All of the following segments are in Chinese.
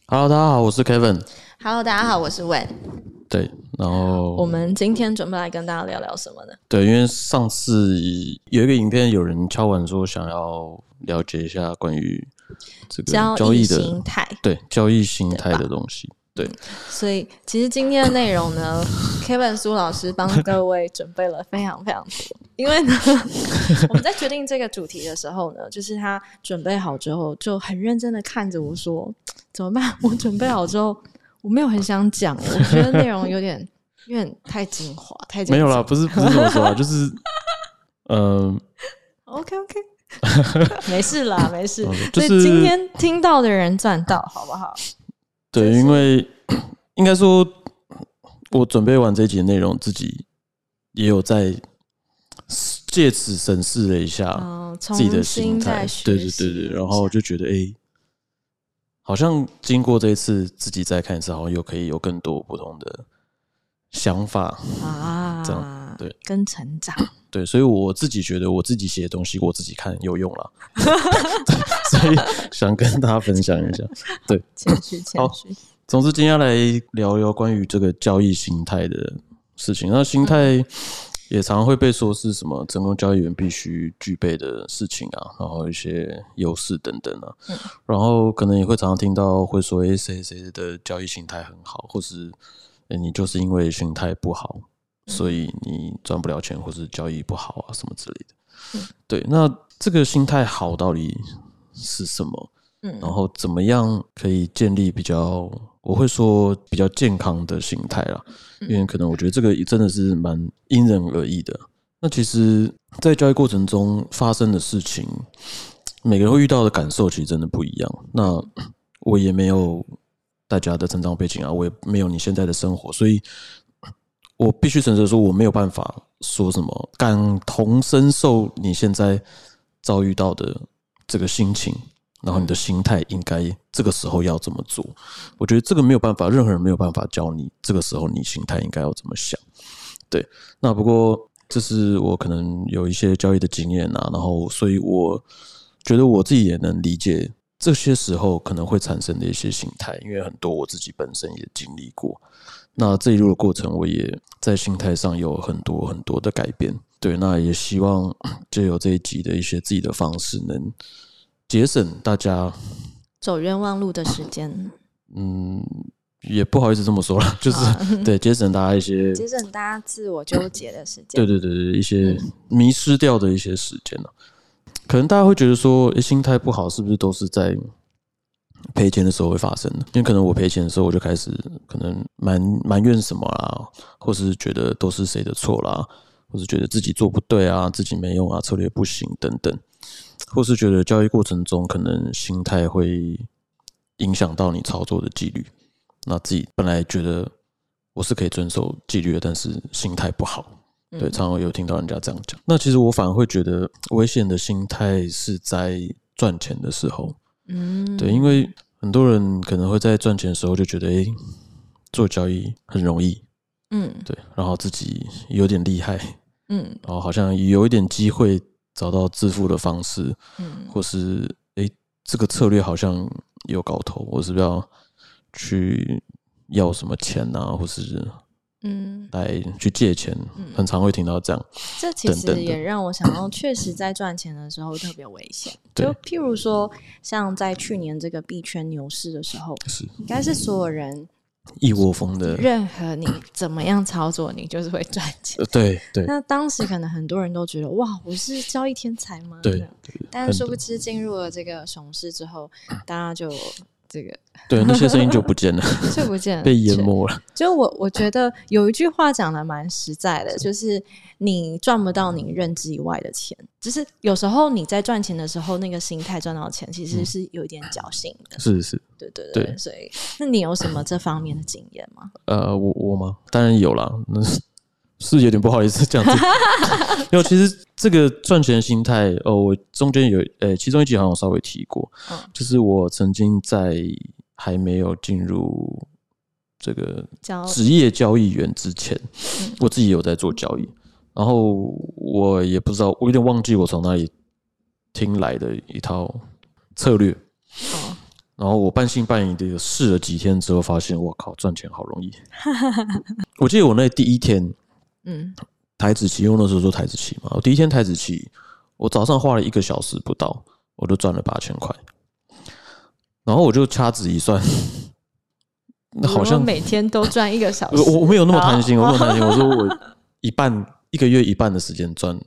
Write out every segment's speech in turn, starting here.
Hello，大家好，我是 Kevin。 Hello，大家好，我是 Wen。 对，然后我们今天准备来跟大家聊聊什么呢？ 对，因为上次有一个影片，有人敲完说想要了解一下关于这个交易的心态， 对，交易心态的东西。对， 所以其实今天的内容呢，Kevin 苏老师帮各位准备了非常非常多。因为呢，我们在决定这个主题的时候呢，就是他准备好之后，就很认真的看着我说：“怎么办？我准备好之后，我没有很想讲，我觉得内容有点太精华，太精华。” 没有啦，不是这么说啊，就是 OK， 没事啦，没事。 就是所以今天听到的人赚到，好不好？ 对，因为应该说，我准备完这一集的内容，自己也有在借此审视了一下自己的心态，对，然后就觉得好像经过这一次自己再看一次，好像又可以有更多不同的想法啊，这样对， 跟成长。 对，所以我自己觉得我自己写的东西我自己看有用啦，所以想跟大家分享一下。对， 谦虚。 总之今天要来聊聊关于这个交易心态的事情。那心态也常常会被说是什么成功交易员必须具备的事情啊，然后一些优势等等啊，然后可能也会常常听到会说谁谁的交易心态很好，或是你就是因为心态不好所以你赚不了钱，或是交易不好啊什么之类的。对，那这个心态好到底是什么？然后怎么样可以建立比较，我会说比较健康的心态啦？因为可能我觉得这个真的是蛮因人而异的。那其实，在交易过程中发生的事情，每个人会遇到的感受其实真的不一样。那我也没有大家的成长背景啊，我也没有你现在的生活，所以我必须诚实说，我没有办法说什么感同身受你现在遭遇到的这个心情，然后你的心态应该这个时候要怎么做。我觉得这个没有办法，任何人没有办法教你这个时候你心态应该要怎么想。对，那不过这是我可能有一些交易的经验啊，然后所以我觉得我自己也能理解这些时候可能会产生的一些心态，因为很多我自己本身也经历过。那这一路的过程，我也在心态上有很多很多的改变。对，那也希望借由这一集的一些自己的方式，能节省大家走冤枉路的时间。 也不好意思这么说了，就是对节省大家自我纠结的时间。 对，一些迷失掉的一些时间啊。可能大家会觉得说，心态不好是不是都是在赔钱的时候会发生的？因为可能我赔钱的时候，我就开始可能埋怨什么啦，或是觉得都是谁的错啦，或是觉得自己做不对啊，自己没用啊，策略不行等等，或是觉得交易过程中可能心态会影响到你操作的纪律。那自己本来觉得我是可以遵守纪律的，但是心态不好。对，常常有听到人家这样讲。那其实我反而会觉得危险的心态是在赚钱的时候。对，因为很多人可能会在赚钱的时候就觉得，做交易很容易，对，然后自己有点厉害，然后好像有一点机会找到致富的方式，或是这个策略好像有搞头，我是不是要去要什么钱啊，或是来去借钱，很常会听到这样。 这其实也让我想到，确实在赚钱的时候特别危险。就譬如说，像在去年这个币圈牛市的时候，应该是所有人一窝蜂的， 任何你怎么样操作，你就是会赚钱。 对。 那当时可能很多人都觉得，哇，我是交易天才吗？ 对。 但殊不知进入了这个熊市之后，大家就对，那些声音就不见了， 就不见了， 被淹没了。 就我觉得有一句话讲的蛮实在的，就是你赚不到你认知以外的钱，就是有时候你在赚钱的时候，那个心态赚到钱其实是有一点侥幸的。是，对。所以，那你有什么这方面的经验吗？ 我吗？当然有啦，那是有点不好意思这样子。因为其实这个赚钱的心态，我中间有其中一集好像稍微提过，就是我曾经在还没有进入这个职业交易员之前，我自己有在做交易，然后我也不知道，我有点忘记我从哪里听来的一套策略。 然后我半信半疑的试了几天之后，发现我靠，赚钱好容易。我记得我那第一天，台指期，因为那时候做台指期嘛，我第一天台指期，我早上花了1个小时不到，我就赚了8000块。然后我就掐指一算，那好像每天都赚1个小时。 我没有那么贪心，我没有贪心。我说我1个月一半的时间赚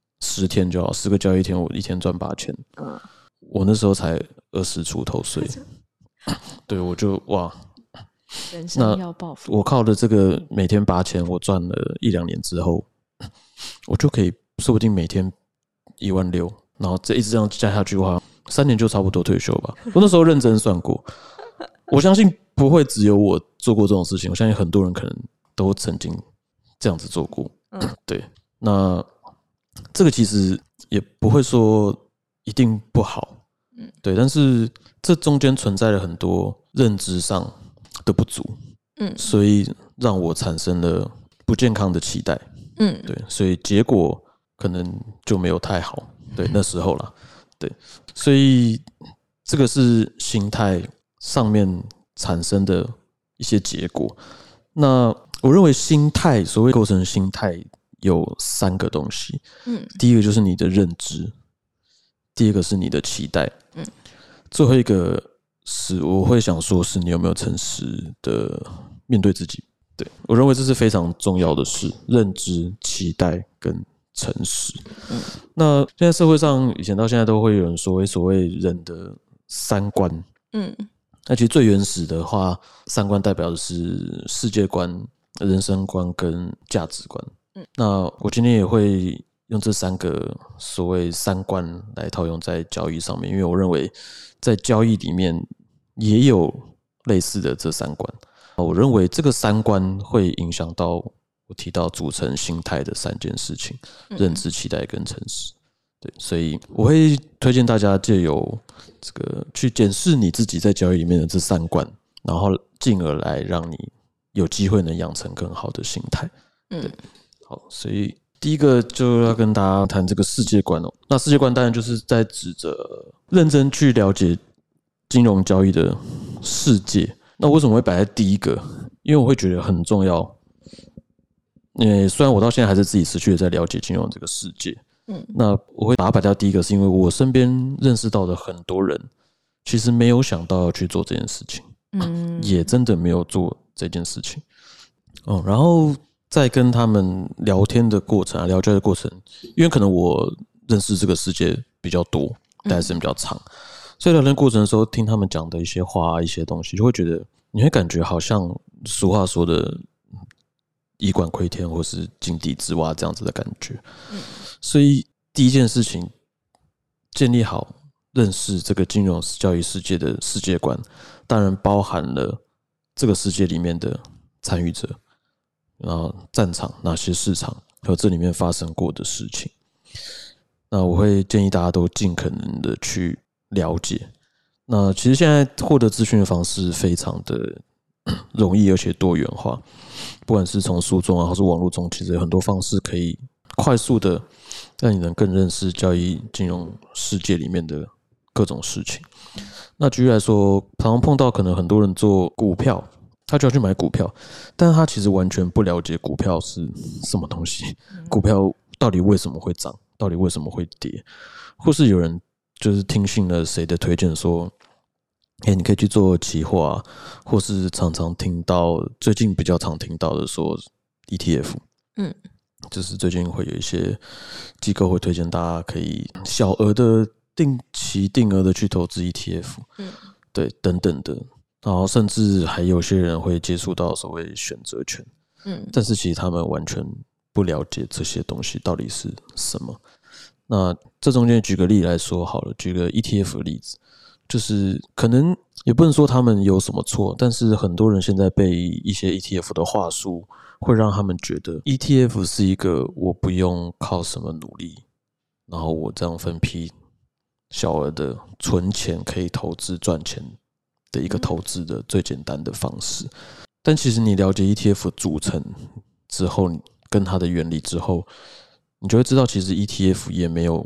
10天就好，10个交易天，我一天赚8000。我那时候才20出头岁，对，我就哇， 人生要暴富。 我靠的这个每天8000，我赚了1-2年之后，我就可以说不定每天16000，然后一直这样加下去的话，3年就差不多退休吧。我那时候认真算过，我相信不会只有我做过这种事情，我相信很多人可能都曾经这样子做过。对，那这个其实也不会说一定不好，对，但是这中间存在了很多认知上的不足，所以让我产生了不健康的期待，对，所以结果可能就没有太好，对，那时候啦，对，所以这个是心态上面产生的一些结果。那我认为心态，所谓构成心态有3个东西，第一个就是你的认知，第二个是你的期待，最后一个是我会想说是你有没有诚实的面对自己。对，我认为这是非常重要的事，认知、期待跟诚实。那现在社会上以前到现在都会有人所谓人的3观，那其实最原始的话，3观代表的是世界观、人生观跟价值观。那我今天也会用这3个所谓3观来套用在交易上面，因为我认为在交易里面也有类似的这3观。我认为这个3观会影响到我提到组成心态的3件事情：认知、期待跟诚实。对，所以我会推荐大家借由这个去检视你自己在交易里面的这3观，然后进而来让你有机会能养成更好的心态。对，好，所以第一个就要跟大家谈这个世界观哦。那世界观当然就是在指着认真去了解金融交易的世界。那为什么会摆在第一个？因为我会觉得很重要。虽然我到现在还是自己持续的在了解金融这个世界，那我会把它摆到第一个，是因为我身边认识到的很多人，其实没有想到要去做这件事情，也真的没有做这件事情。然后在跟他们聊天的过程聊天的过程，因为可能我认识这个世界比较多，待的时间比较长，所以聊天过程的时候，听他们讲的一些话、一些东西，就会觉得你会感觉好像俗话说的以管窥天，或是井底之蛙这样子的感觉。所以第一件事情，建立好认识这个金融交易世界的世界观，当然包含了这个世界里面的参与者，然后战场哪些市场和这里面发生过的事情。那我会建议大家都尽可能的去了解。那其实现在获得资讯的方式非常的容易而且多元化，不管是从书中或是网络中，其实有很多方式可以快速的让你能更认识交易金融世界里面的各种事情。那举例来说，常常碰到可能很多人做股票，他就要去买股票，但是他其实完全不了解股票是什么东西，股票到底为什么会涨，到底为什么会跌，或是有人就是听信了谁的推荐说你可以去做期货啊，或是常常听到最近比较常听到的说 ETF， 就是最近会有一些机构会推荐大家可以小额的定期定额的去投资 ETF， 对，等等的，然后甚至还有些人会接触到所谓选择权，但是其实他们完全不了解这些东西到底是什么。那这中间举个例来说好了，举个 ETF 的例子，就是可能也不能说他们有什么错，但是很多人现在被一些 ETF 的话术会让他们觉得 ETF 是一个我不用靠什么努力，然后我这样分批小额的存钱可以投资赚钱的一个投资的最简单的方式。但其实你了解 ETF 组成之后跟它的原理之后，你就会知道其实 ETF 也没有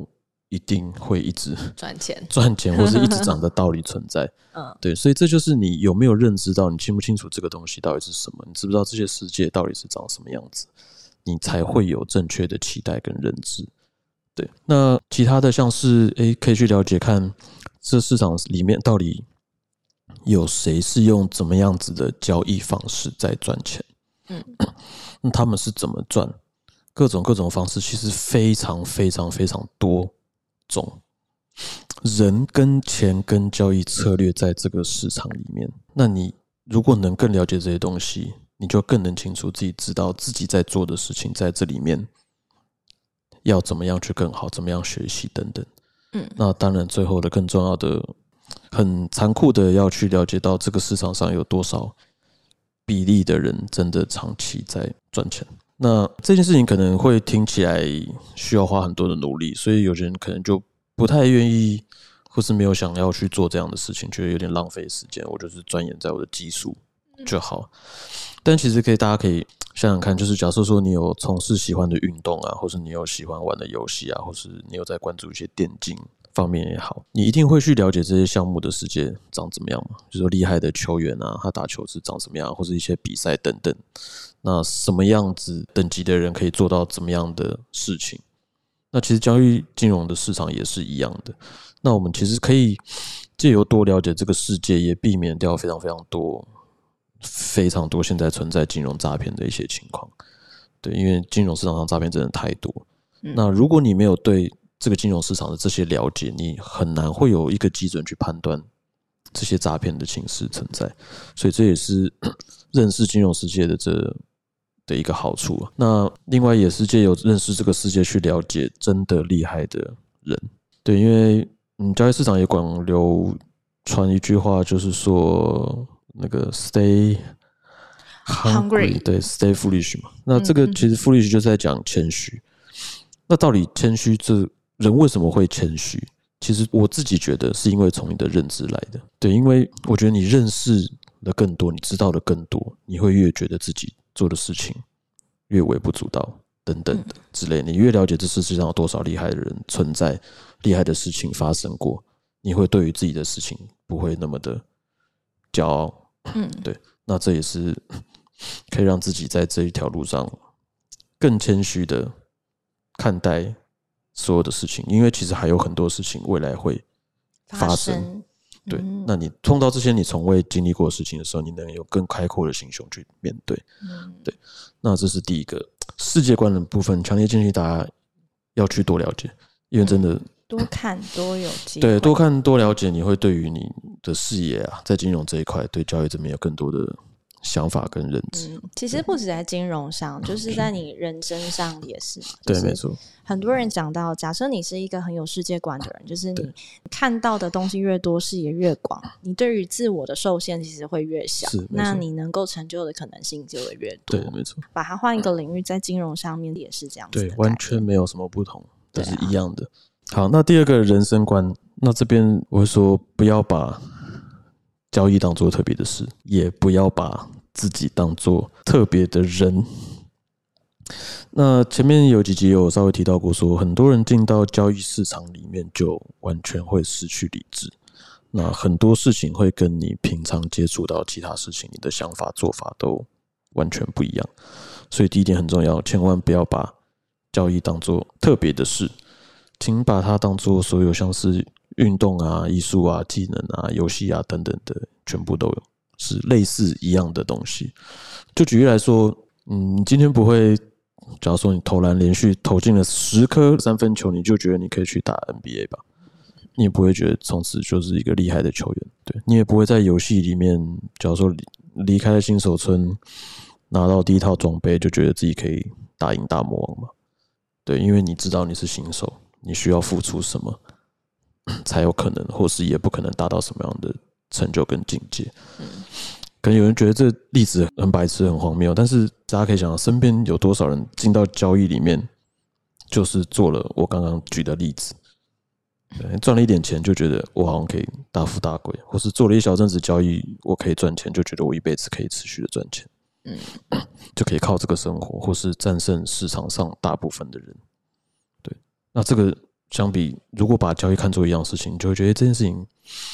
一定会一直赚钱或是一直涨的道理存在。对，所以这就是你有没有认知到，你清不清楚这个东西到底是什么，你知不知道这些世界到底是长什么样子，你才会有正确的期待跟认知。对，那其他的像是可以去了解看这市场里面到底有谁是用怎么样子的交易方式在赚钱，那他们是怎么赚，各种方式其实非常多种，人跟钱跟交易策略在这个市场里面，那你如果能更了解这些东西，你就更能清楚自己知道自己在做的事情在这里面要怎么样去更好，怎么样学习等等。那当然最后的更重要的很残酷的要去了解到这个市场上有多少比例的人真的长期在赚钱。那这件事情可能会听起来需要花很多的努力，所以有些人可能就不太愿意或是没有想要去做这样的事情，觉得有点浪费时间，我就是钻研在我的技术就好。但其实大家可以想想看，就是假设说你有从事喜欢的运动啊，或是你有喜欢玩的游戏啊，或是你有在关注一些电竞方面也好，你一定会去了解这些项目的世界长怎么样嘛？就是说厉害的球员啊，他打球是长什么样，或是一些比赛等等。那什么样子等级的人可以做到怎么样的事情？那其实交易金融的市场也是一样的。那我们其实可以借由多了解这个世界，也避免掉非常多现在存在金融诈骗的一些情况。对，因为金融市场上诈骗真的太多。那如果你没有对这个金融市场的这些了解，你很难会有一个基准去判断这些诈骗的情势存在。所以这也是认识金融世界的一个好处。那另外也是借由认识这个世界去了解真的厉害的人。对，因为交易市场也广流传一句话，就是说那个 stay hungry， 对 stay foolish 嘛。那这个其实 foolish 就是在讲谦虚。那到底谦虚，这人为什么会谦虚？其实我自己觉得是因为从你的认知来的。对，因为我觉得你认识的更多，你知道的更多，你会越觉得自己做的事情越微不足道等等的之类。你越了解这世界上有多少厉害的人存在，厉害的事情发生过，你会对于自己的事情不会那么的骄傲。对，那这也是可以让自己在这一条路上更谦虚的看待所有的事情，因为其实还有很多事情未来会发生。对，那你碰到这些你从未经历过的事情的时候，你能有更开阔的心胸去面对。对，那这是第一个世界观的部分，强烈建议大家要去多了解，因为真的多看多有机会。 对，多看多了解，你会对于你的视野啊，在金融这一块，对交易这边有更多的想法跟认知。 其实不止在金融上，就是在你人生上也是。 对，没错。 很多人讲到，假设你是一个很有世界观的人，就是你看到的东西越多，视野越广，你对于自我的受限其实会越小，那你能够成就的可能性就会越多。 对，没错。 把它换一个领域，在金融上面也是这样子的。 对，完全没有什么不同，都是一样的。好，那第二个人生观，那这边我会说，不要把交易当作特别的事，也不要把自己当作特别的人。那前面有几集有稍微提到过说，很多人进到交易市场里面就完全会失去理智。那很多事情会跟你平常接触到其他事情，你的想法做法都完全不一样。所以第一点很重要，千万不要把交易当作特别的事，请把它当作所有像是运动啊、艺术啊、技能啊、游戏啊等等的，全部都有是类似一样的东西。就举例来说，你今天不会，假如说你投篮连续投进了10颗3分球，你就觉得你可以去打 NBA 吧？你也不会觉得从此就是一个厉害的球员。对，你也不会在游戏里面，假如说离开了新手村，拿到第一套装备，就觉得自己可以打赢大魔王嘛？对，因为你知道你是新手，你需要付出什么才有可能，或是也不可能达到什么样的成就跟境界。可能有人觉得这例子很白痴很荒谬，但是大家可以想到身边有多少人进到交易里面就是做了我刚刚举的例子，赚了一点钱就觉得我好像可以大富大贵，或是做了一小阵子交易我可以赚钱，就觉得我一辈子可以持续的赚钱，就可以靠这个生活，或是战胜市场上大部分的人。对，那这个相比如果把交易看作一样事情，你就会觉得这件事情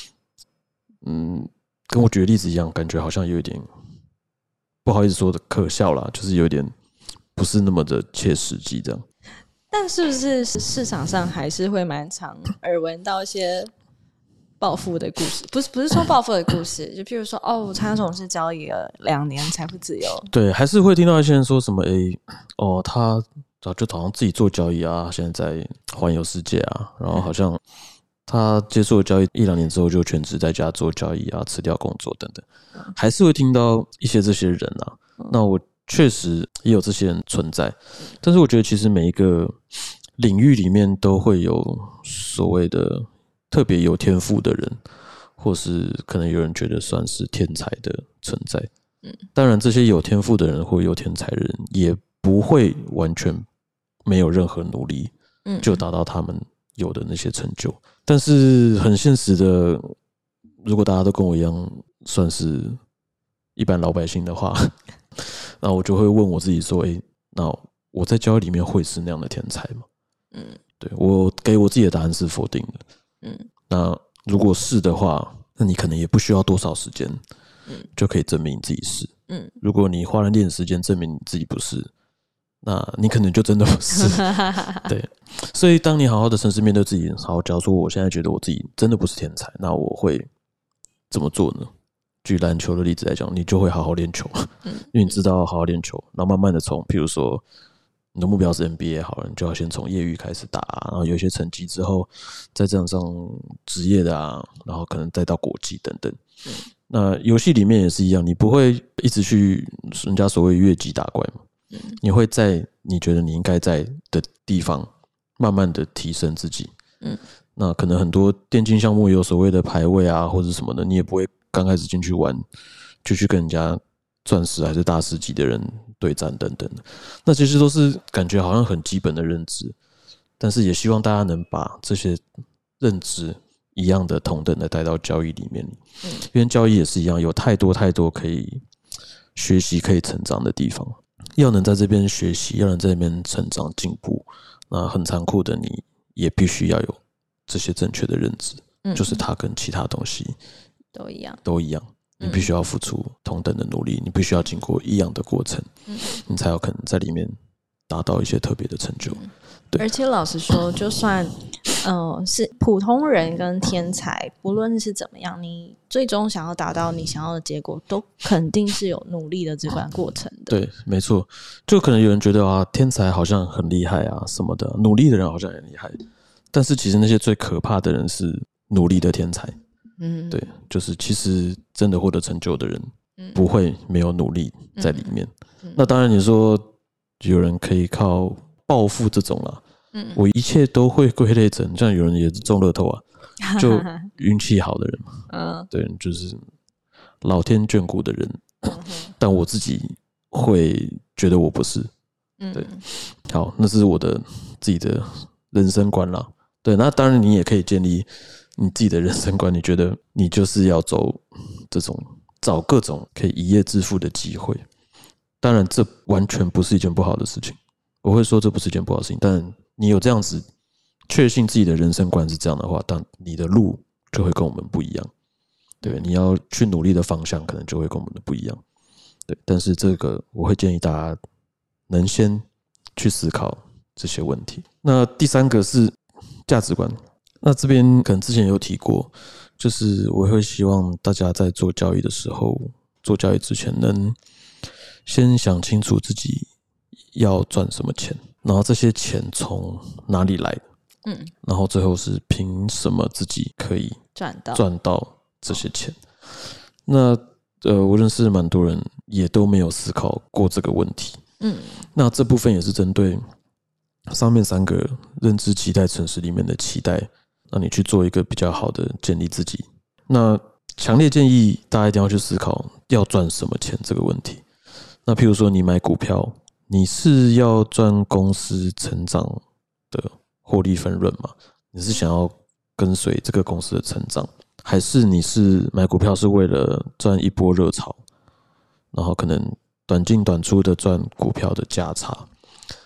跟我举的例子一样，感觉好像有一点不好意思说的可笑啦，就是有点不是那么的切实际这样。 但是不是市场上还是会蛮常耳闻到一些暴富的故事？不是说暴富的故事，就譬如说他从事交易了2年财富自由。 对，还是会听到一些人说什么他早就好像自己做交易啊，现在在环游世界啊，然后好像他接触了交易1-2年之后就全职在家做交易啊，辞掉工作等等，还是会听到一些这些人啊。那我确实也有这些人存在，但是我觉得其实每一个领域里面都会有所谓的特别有天赋的人，或是可能有人觉得算是天才的存在。当然这些有天赋的人或有天才的人也不会完全没有任何努力就达到他们有的那些成就。但是很现实的，如果大家都跟我一样算是一般老百姓的话，那我就会问我自己说，那我在交易里面会是那样的天才吗？对，我给我自己的答案是否定的。那如果是的话，那你可能也不需要多少时间就可以证明你自己是。如果你花了点时间证明你自己不是，那你可能就真的不是。对，所以当你好好的诚实面对自己，好，假如说我现在觉得我自己真的不是天才，那我会怎么做呢？举篮球的例子来讲，你就会好好练球，因为你知道好好练球，然后慢慢的从，譬如说你的目标是 NBA 好了，你就要先从业余开始打，然后有一些成绩之后，在这样上职业的啊，然后可能再到国际等等。那游戏里面也是一样，你不会一直去人家所谓越级打怪嘛，你会在你觉得你应该在的地方慢慢的提升自己。那可能很多电竞项目有所谓的排位啊或者什么的，你也不会刚开始进去玩就去跟人家钻石还是大师级的人对战等等的，那其实都是感觉好像很基本的认知，但是也希望大家能把这些认知一样的同等的带到交易里面，因为交易也是一样，有太多太多可以学习可以成长的地方，要能在这边学习，要能在这边成长进步，那很残酷的你也必须要有这些正确的认知，就是它跟其他东西都一样，你必须要付出同等的努力，你必须要经过一样的过程，你才有可能在里面达到一些特别的成就。对， 而且老实说，就算是普通人跟天才，不论是怎么样，你最终想要达到你想要的结果，都肯定是有努力的这段过程的。 对，没错。就可能有人觉得啊，天才好像很厉害啊什么的，努力的人好像很厉害，但是其实那些最可怕的人是努力的天才。对，就是其实真的获得成就的人不会没有努力在里面。那当然你说有人可以靠暴富这种啦，我一切都会归类成，像有人也是中乐透啊，就运气好的人嘛。对，就是老天眷顾的人。但我自己会觉得我不是。对，好，那是我的自己的人生观啦。对，那当然你也可以建立你自己的人生观，你觉得你就是要走这种找各种可以一夜致富的机会。当然这完全不是一件不好的事情，我会说这不是一件不好的事情，但你有这样子确信自己的人生观是这样的话，但你的路就会跟我们不一样。对，你要去努力的方向可能就会跟我们的不一样。对，但是这个我会建议大家能先去思考这些问题。那第三个是价值观，那这边可能之前有提过，就是我会希望大家在做交易的时候，做交易之前能先想清楚自己要赚什么钱，然后这些钱从哪里来的，然后最后是凭什么自己可以赚到这些钱。那我认识蛮多人也都没有思考过这个问题。那这部分也是针对上面3个认知、期待、诚实里面的期待，让你去做一个比较好的建立自己。那强烈建议大家一定要去思考要赚什么钱这个问题。那譬如说你买股票，你是要赚公司成长的获利分润吗？你是想要跟随这个公司的成长，还是你是买股票是为了赚一波热潮，然后可能短进短出的赚股票的价差？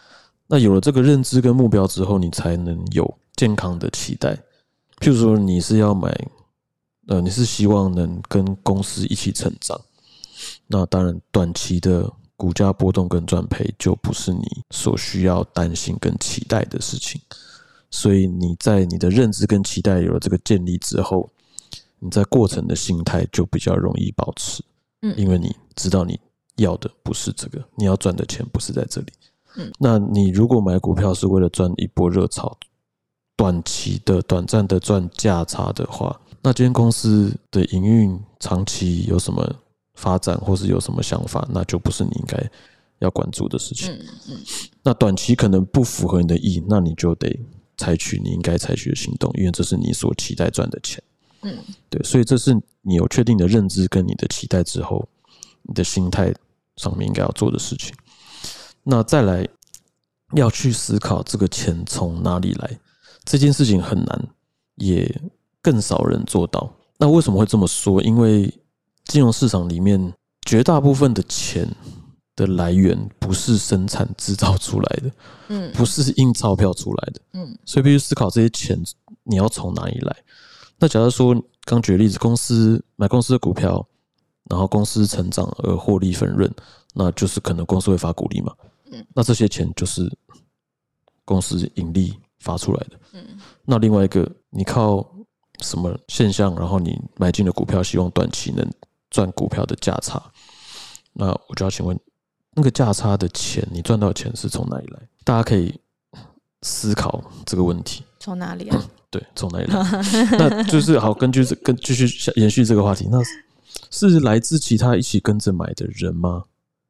那有了这个认知跟目标之后，你才能有健康的期待。譬如说，你是要买，你是希望能跟公司一起成长，那当然短期的股价波动跟赚赔就不是你所需要担心跟期待的事情。所以你在你的认知跟期待有了这个建立之后，你在过程的心态就比较容易保持，因为你知道你要的不是这个，你要赚的钱不是在这里。那你如果买股票是为了赚一波热潮，短期的短暂的赚价差的话，那今天公司的营运长期有什么发展或是有什么想法，那就不是你应该要关注的事情。那短期可能不符合你的意，那你就得采取你应该采取的行动，因为这是你所期待赚的钱。对，所以这是你有确定的认知跟你的期待之后，你的心态上面应该要做的事情。那再来要去思考这个钱从哪里来，这件事情很难，也更少人做到。那为什么会这么说？因为金融市场里面绝大部分的钱的来源不是生产制造出来的，不是印钞票出来的，所以必须思考这些钱你要从哪里来。那假如说刚举例子，买公司的股票，然后公司成长而获利分润，那就是可能公司会发股利嘛，那这些钱就是公司盈利发出来的。那另外一个，你靠什么现象，然后你买进了股票，希望短期能赚股票的价差，那我就要请问，那个价差的钱，你赚到的钱是从哪里来？大家可以思考这个问题。 从哪里啊？ 对，从哪里来？那就是好，继续延续这个话题，那是来自其他一起跟着买的人吗？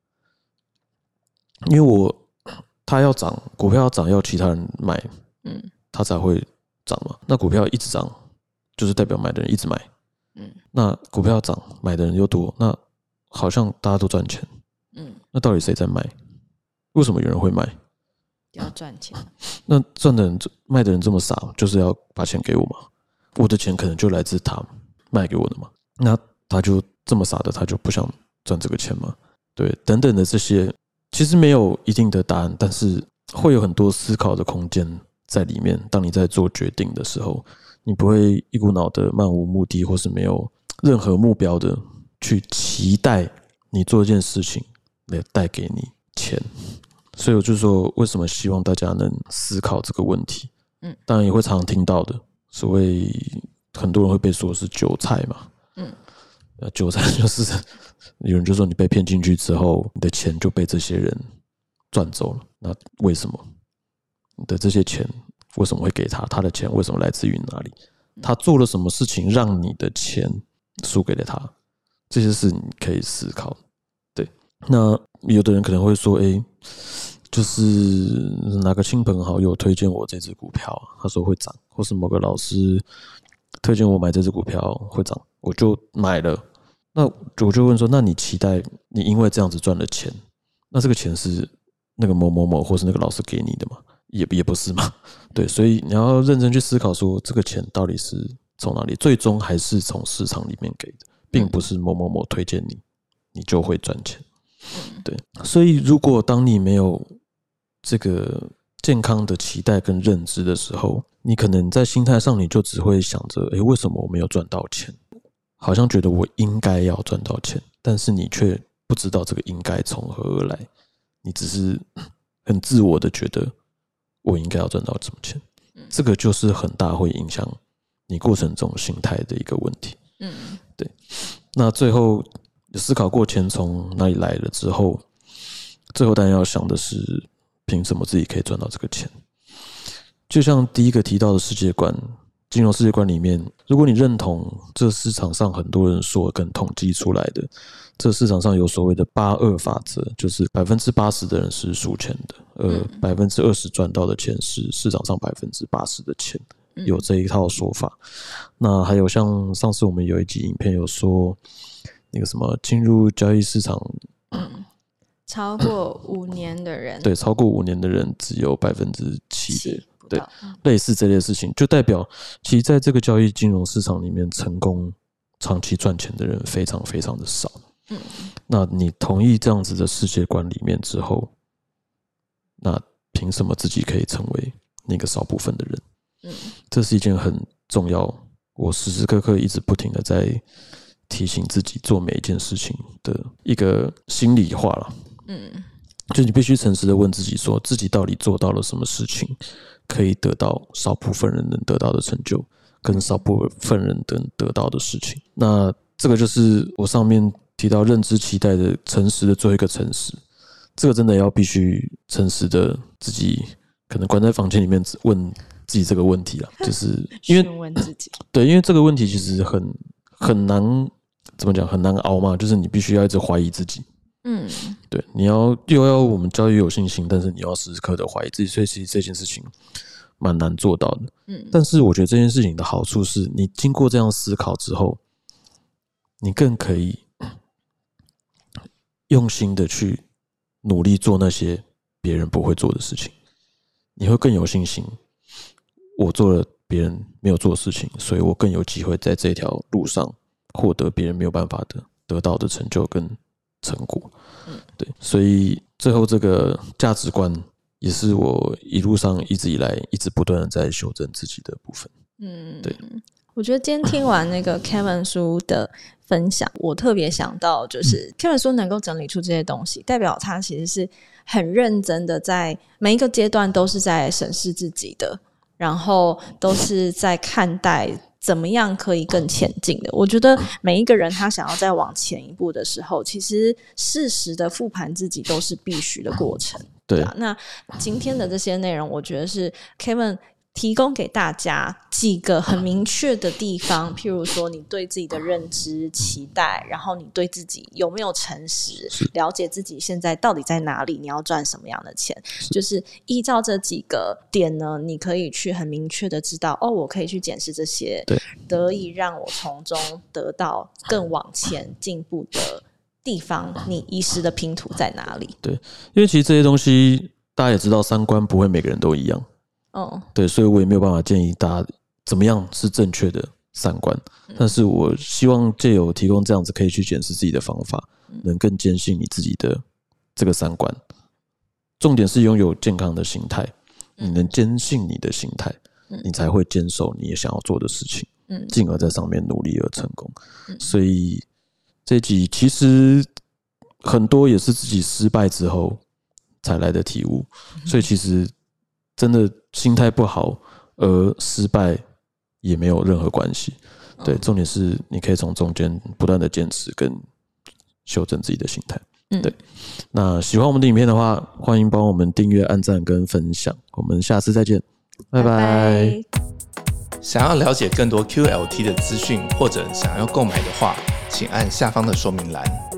因为他要涨，股票要涨，要其他人买，他才会涨嘛。那股票一直涨，就是代表买的人一直买，那股票涨，买的人又多，那好像大家都赚钱，那到底谁在卖？为什么有人会买？ 要赚钱。 那赚的人、卖的人这么傻，就是要把钱给我嘛？我的钱可能就来自他卖给我的嘛？那他就这么傻的，他就不想赚这个钱吗？对，等等的这些，其实没有一定的答案，但是会有很多思考的空间在里面。当你在做决定的时候，你不会一股脑的漫无目的，或是没有任何目标的去期待你做一件事情来带给你钱。所以我就说，为什么希望大家能思考这个问题？当然也会常常听到的，所谓很多人会被说是韭菜嘛。韭菜就是有人就说你被骗进去之后，你的钱就被这些人赚走了。那为什么你的这些钱为什么会给他？他的钱为什么来自于哪里？他做了什么事情让你的钱输给了他？这些事你可以思考。对，那有的人可能会说，就是哪个亲朋好友推荐我这只股票，他说会涨，或是某个老师推荐我买这只股票会涨，我就买了。那我就问说，那你期待你因为这样子赚了钱，那这个钱是那个某某某或是那个老师给你的吗？也不是嘛。对，所以你要认真去思考说，这个钱到底是从哪里，最终还是从市场里面给的，并不是某某某推荐你，你就会赚钱。对，所以如果当你没有这个健康的期待跟认知的时候，你可能在心态上你就只会想着，为什么我没有赚到钱？好像觉得我应该要赚到钱，但是你却不知道这个应该从何而来，你只是很自我的觉得我应该要赚到什么钱，这个就是很大会影响你过程中心态的一个问题。对。那最后有思考过钱从哪里来了之后，最后当然要想的是，凭什么自己可以赚到这个钱？就像第一个提到的世界观，金融世界观里面，如果你认同这市场上很多人说跟统计出来的，这市场上有所谓的82法则，就是 80% 的人是输钱的，20% 赚到的钱是市场上 80% 的钱，有这一套说法。那还有像上次我们有一集影片有说，那个什么进入交易市场超过5年的人， 对，超过5年的人只有 7% 的，对，类似这类事情，就代表其实在这个交易金融市场里面，成功长期赚钱的人非常非常的少。那你同意这样子的世界观里面之后，那凭什么自己可以成为那个少部分的人？这是一件很重要，我时时刻刻一直不停的在提醒自己做每一件事情的一个心里话啦。就你必须诚实的问自己说，自己到底做到了什么事情，可以得到少部分人能得到的成就，跟少部分人能得到的事情。那这个就是我上面提到认知期待的诚实的最后一个诚实。这个真的要必须诚实的自己，可能关在房间里面问自己这个问题啦，就是因为问自己， 对，因为这个问题其实很难，怎么讲，很难熬嘛，就是你必须要一直怀疑自己。对，你又要我们教育有信心，但是你要时时刻的怀疑自己，所以其实这件事情蛮难做到的。但是我觉得这件事情的好处是，你经过这样思考之后，你更可以用心的去努力做那些别人不会做的事情，你会更有信心。我做了别人没有做的事情，所以我更有机会在这条路上获得别人没有办法得到的成就跟成果。对，所以最后这个价值观也是我一路上一直以来一直不断的在修正自己的部分。对。 我觉得今天听完那个 Kevin 叔的分享，我特别想到就是 Kevin 叔能够整理出这些东西，代表他其实是很认真的，在每一个阶段都是在审视自己的，然后都是在看待怎么样可以更前进的。我觉得每一个人他想要再往前一步的时候，其实适时的复盘自己都是必须的过程。 对啊，那今天的这些内容，我觉得是 Kevin提供给大家几个很明确的地方，譬如说你对自己的认知期待，然后你对自己有没有诚实，了解自己现在到底在哪里，你要赚什么样的钱，就是依照这几个点呢，你可以去很明确的知道，我可以去检视这些，得以让我从中得到更往前进步的地方，你遗失的拼图在哪里？对， 因为其实这些东西大家也知道，三观不会每个人都一样。对，所以我也没有办法建议大家怎么样是正确的三观，但是我希望借由提供这样子可以去检视自己的方法，能更坚信你自己的这个三观。重点是拥有健康的心态，你能坚信你的心态，你才会坚守你也想要做的事情，进而在上面努力而成功。所以这一集其实很多也是自己失败之后才来的体悟，所以其实真的心态不好而失败也没有任何关系。对，重点是你可以从中间不断的坚持跟修正自己的心态。对，那喜欢我们的影片的话，欢迎帮我们订阅、按赞跟分享。我们下次再见，拜拜。 想要了解更多 QLT 的资讯，或者想要购买的话，请按下方的说明栏。